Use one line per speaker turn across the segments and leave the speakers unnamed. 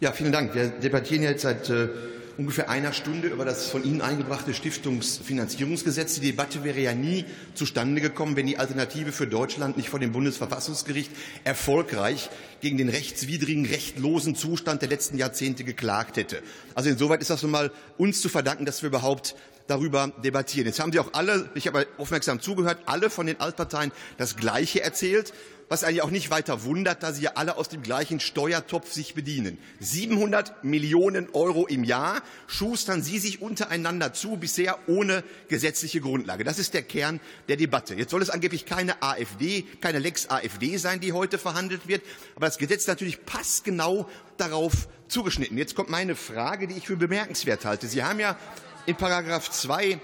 Ja, vielen Dank. Wir debattieren jetzt seit ungefähr einer Stunde über das von Ihnen eingebrachte Stiftungsfinanzierungsgesetz. Die Debatte wäre ja nie zustande gekommen, wenn die Alternative für Deutschland nicht vor dem Bundesverfassungsgericht erfolgreich gegen den rechtswidrigen, rechtlosen Zustand der letzten Jahrzehnte geklagt hätte. Also insoweit ist das nun mal uns zu verdanken, dass wir überhaupt darüber debattieren. Jetzt haben Sie auch alle, ich habe aufmerksam zugehört, alle von den Altparteien das Gleiche erzählt, was eigentlich auch nicht weiter wundert, da sie ja alle aus dem gleichen Steuertopf sich bedienen. 700 Millionen Euro im Jahr schustern Sie sich untereinander zu, bisher ohne gesetzliche Grundlage. Das ist der Kern der Debatte. Jetzt soll es angeblich keine AfD, keine Lex AfD sein, die heute verhandelt wird, aber das Gesetz natürlich passgenau darauf zugeschnitten. Jetzt kommt meine Frage, die ich für bemerkenswert halte. Sie haben ja in Paragraph 2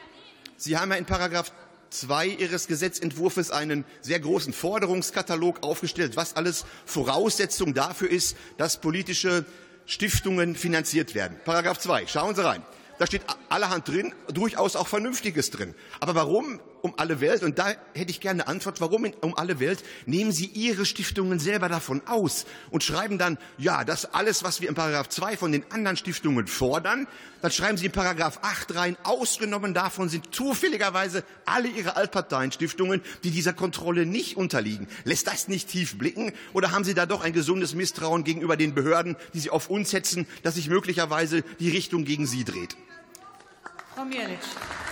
Ihres Gesetzentwurfs einen sehr großen Forderungskatalog aufgestellt, was alles Voraussetzung dafür ist, dass politische Stiftungen finanziert werden. Paragraph 2, schauen Sie rein. Da steht allerhand drin, durchaus auch Vernünftiges drin. Aber warum um alle Welt, und da hätte ich gerne eine Antwort, warum um alle Welt nehmen Sie Ihre Stiftungen selber davon aus und schreiben dann, ja, das alles, was wir in Paragraph 2 von den anderen Stiftungen fordern, dann schreiben Sie in Paragraph 8 rein, ausgenommen davon sind zufälligerweise alle Ihre Altparteienstiftungen, die dieser Kontrolle nicht unterliegen. Lässt das nicht tief blicken? Oder haben Sie da doch ein gesundes Misstrauen gegenüber den Behörden, die Sie auf uns setzen, dass sich möglicherweise die Richtung gegen Sie dreht?
Frau Mierlich.